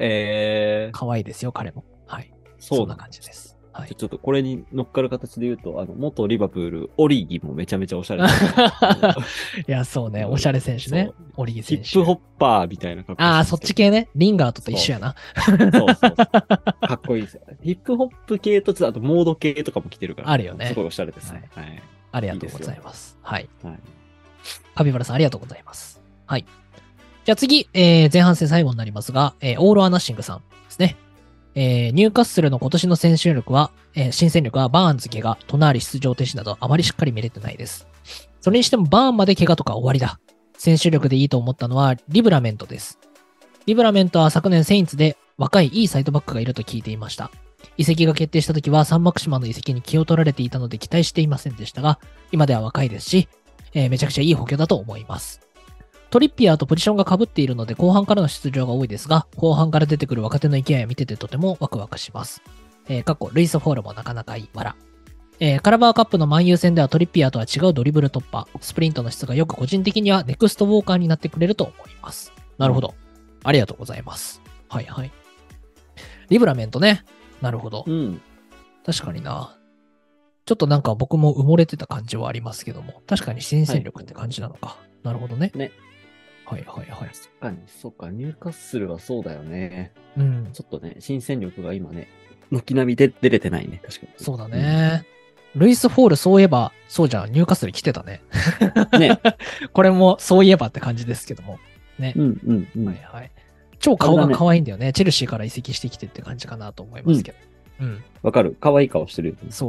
可愛いですよ、彼も。はい。そんな感じです。はい、 ちょっとこれに乗っかる形で言うと、元リバプール、オリギもめちゃめちゃおしゃれ。 いや、そうね、おしゃれ選手ね。オリギ選手。 ヒップホッパーみたいな格好。 そっち系ね。リンガートと一緒やな。 そう。かっこいいですよね。ヒップホップ系と、あとモード系とかも着てるから。 あるよね。 すごいおしゃれですね。はい。 ありがとうございます。はい。カピバラさん、ありがとうございます。はい。じゃあ次、前半戦最後になりますが、オール・ア・ナッシングさんですね。ニューカッスルの今年の新戦力はバーンズ怪我、隣出場停止などあまりしっかり見れてないです。それにしてもバーンまで怪我とか終わりだ。選手力でいいと思ったのはリブラメントです。リブラメントは昨年セインツで若いいいサイドバックがいると聞いていました。移籍が決定した時はサンマクシマの移籍に気を取られていたので期待していませんでしたが、今では若いですし、めちゃくちゃいい補強だと思います。トリッピアーとポジションが被っているので後半からの出場が多いですが、後半から出てくる若手の勢いを見ててとてもワクワクします。ルイス・フォールもなかなかいい。カラバーカップの万有戦ではトリッピアーとは違うドリブル突破、スプリントの質がよく個人的にはネクストウォーカーになってくれると思います。なるほど。ありがとうございます。はい。リブラメントね。なるほど。確かにな。ちょっとなんか僕も埋もれてた感じはありますけども、確かに新戦力って感じなのか。なるほどね。はい。 そっか、ニューカッスルはそうだよね。 ちょっとね、新戦力が今ね、軒並みで出れてないね、確かに。 そうだね。ルイス・フォール、そういえば、そうじゃん、ニューカッスル来てたね。 ね。 これも、そういえばって感じですけども。ね。はい。超顔が可愛いんだよね。チェルシーから移籍してきてって感じかなと思いますけど。 わかる。可愛い顔してるよね。 そう。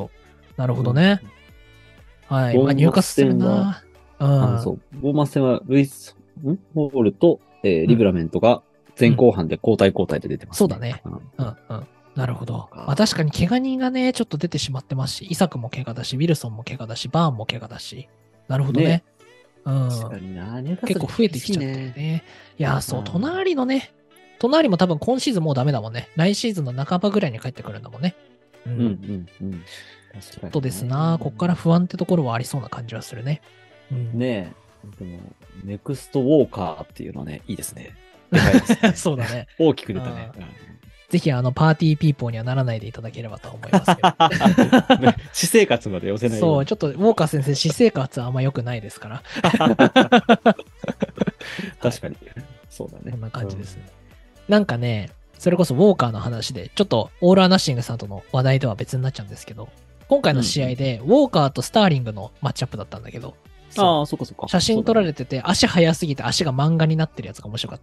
なるほどね。はい。ニューカッスルな。 ボーマス戦はルイス、フォールと、リブラメントが前後半で交代で出てます、 そうだね。なるほど。確かに怪我人がね、ちょっと出てしまってますし、イサクも怪我だし、ウィルソンも怪我だし、バーンも怪我だし。なるほどね。 確かにな。 結構増えてきちゃってね。いや、そう、隣も多分今シーズンもうダメだもんね。来シーズンの半ばぐらいに帰ってくるんだもんね。ちょっとですな。こっから不安ってところはありそうな感じはするね。 ねえ。でも、ネクストウォーカーっていうのはね、いいですね。 そうだね。 大きく出たね。 ぜひパーティーピーポーにはならないでいただければと思いますけど。 私生活まで寄せない。 そう、ちょっとウォーカー先生、私生活はあんま良くないですから。 確かに。そうだね。 こんな感じですね。なんかね、それこそウォーカーの話で、ちょっとオール・ア・ナッシングさんとの話題とは別になっちゃうんですけど、今回の試合でウォーカーとスターリングのマッチアップだったんだけど、 ああ、そっかそっか。 写真撮られてて、足速すぎて足が漫画になってるやつが面白かった。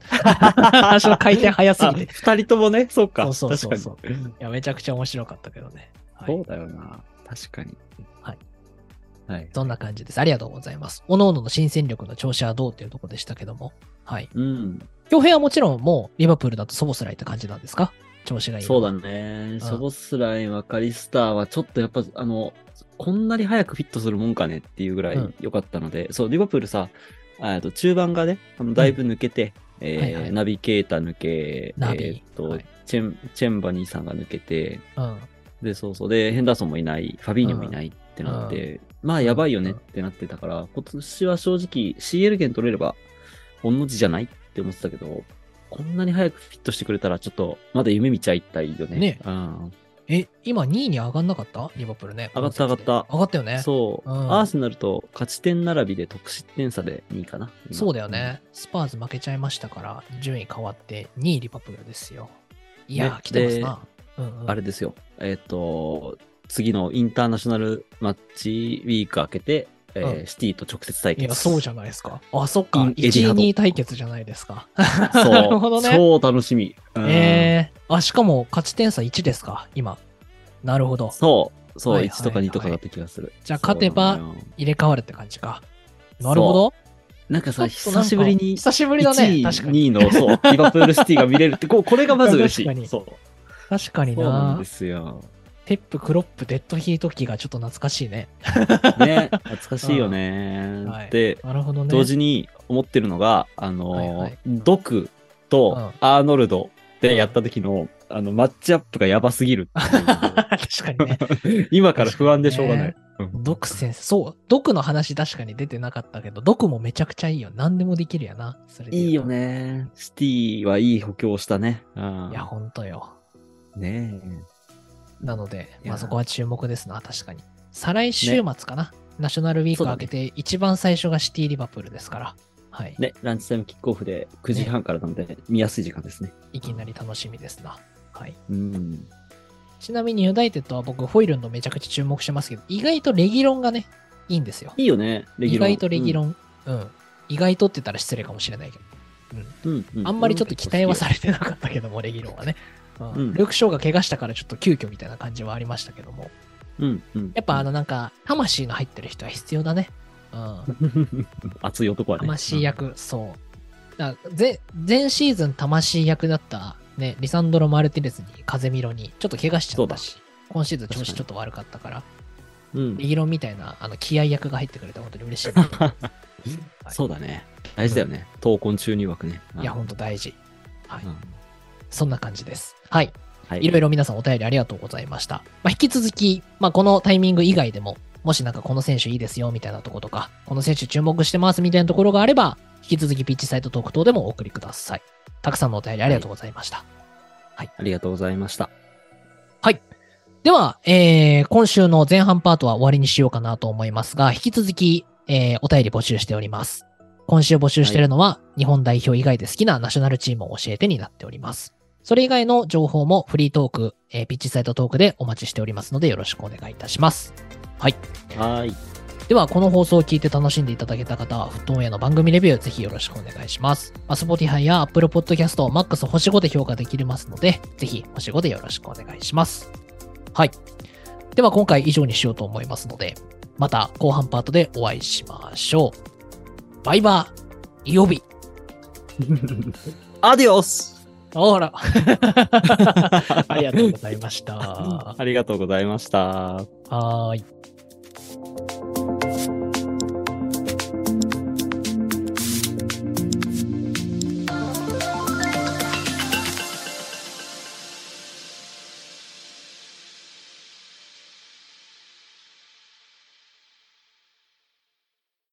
足の回転速すぎて。 二人ともね、そうか。 そうそうそう。いや、めちゃくちゃ面白かったけどね。 そうだよな。確かに。 はい。はい。そんな感じです。ありがとうございます。各々の新戦力の調子はどうっていうところでしたけども。はい。うん。恭平はもちろんもうリバプールだとソボスライって感じなんですか？調子がいい。 そうだね。ソボスライ、マカリスターはちょっとやっぱ、こんなに早くフィットするもんかねっていうぐらい良かったので、そう、リバプールさ、中盤がね、だいぶ抜けて、ナビケータ抜け、チェンバニーさんが抜けて、で、そうそう。で、ヘンダーソンもいない、ファビーニョもいないってなって、まあやばいよねってなってたから、今年は正直 CL 権取れれば、御の字じゃないって思ってたけど、こんなに早くフィットしてくれたら、ちょっと、まだ夢見ちゃいたいよね。 ね。今2位に上がんなかったリバプールね。 上がった。上がったよね。 そう。アーセナルと勝ち点並びで得失点差で2位かな。 そうだよね。スパーズ負けちゃいましたから、順位変わって2位リバプールですよ。いや、来てますな。 あれですよ。次のインターナショナルマッチウィーク明けて、シティと直接対決。 いや、そうじゃないですか。あ、そっか。1位、2位対決じゃないですか。 そう。なるほどね。超楽しみ。 しかも勝ち点差1ですか、今。なるほど。 そう。1とか2とかだった気がする。 じゃあ、勝てば入れ替わるって感じか。なるほど。 なんかさ、久しぶりに。 久しぶりだね。確かに。 2位の、そう、リバプールシティが見れるって、これがまず嬉しい。 確かに。 そう。 確かにな。 そうなんですよ。 ペップ、クロップ、デッドヒート機がちょっと懐かしいね。 ね、懐かしいよね。で、 なるほどね。 同時に思ってるのが、ドクとアーノルドでやった時の、マッチアップがやばすぎる。 確かにね。 今から不安でしょうがない。 ドク先生、そう、ドクの話確かに出てなかったけど、ドクもめちゃくちゃいいよ。何でもできるやな。 いいよね。シティはいい補強したね。 いや、ほんとよ。 ねえ。 なので、まあそこは注目ですな、確かに。再来週末かな。ナショナルウィーク明けて、一番最初がシティリバプールですから。はい。 ね、ランチタイムキックオフで9時半からなので、見やすい時間ですね。 いきなり楽しみですな。はい。ちなみにユナイテッドは僕、ホイルンドめちゃくちゃ注目してますけど、意外とレギロンがね、いいんですよ。 いいよね、 レギロン。意外とレギロン。意外とって言ったら失礼かもしれないけど。あんまりちょっと期待はされてなかったけども、レギロンはね。ルーク・ショーが怪我したからちょっと急遽みたいな感じはありましたけども。やっぱなんか、魂の入ってる人は必要だね。 熱い男はね。 魂役、そう。前シーズン魂役だったね、リサンドロ・マルティネスに風見ろにちょっと怪我しちゃったし、今シーズン調子ちょっと悪かったから、レギロンみたいな気合役が入ってくれて本当に嬉しい。 そうだね。大事だよね。闘魂注入枠ね。 いや、本当大事。はい。そんな感じです。はい。いろいろ皆さんお便りありがとうございました。引き続き、このタイミング以外でも、もしなんかこの選手いいですよみたいなところとか、この選手注目してますみたいなところがあれば、引き続きピッチサイトトーク等でもお送りください。たくさんのお便りありがとうございました。 はい。ありがとうございました。 はい。では、今週の前半パートは終わりにしようかなと思いますが、引き続き、お便り募集しております。今週募集しているのは、日本代表以外で好きなナショナルチームを教えてになっております。それ以外の情報もフリートーク、ピッチサイトトークでお待ちしておりますのでよろしくお願いいたします。はい。では、この放送を聞いて楽しんでいただけた方は、フットオンエアの番組レビューぜひよろしくお願いします。Spotify や Apple Podcast、Max 星5で評価できますので、ぜひ星5でよろしくお願いします。はい。では、今回以上にしようと思いますので、また後半パートでお会いしましょう。バイバーイ曜日アディオスほらありがとうございました。 ありがとうございました。 はーい。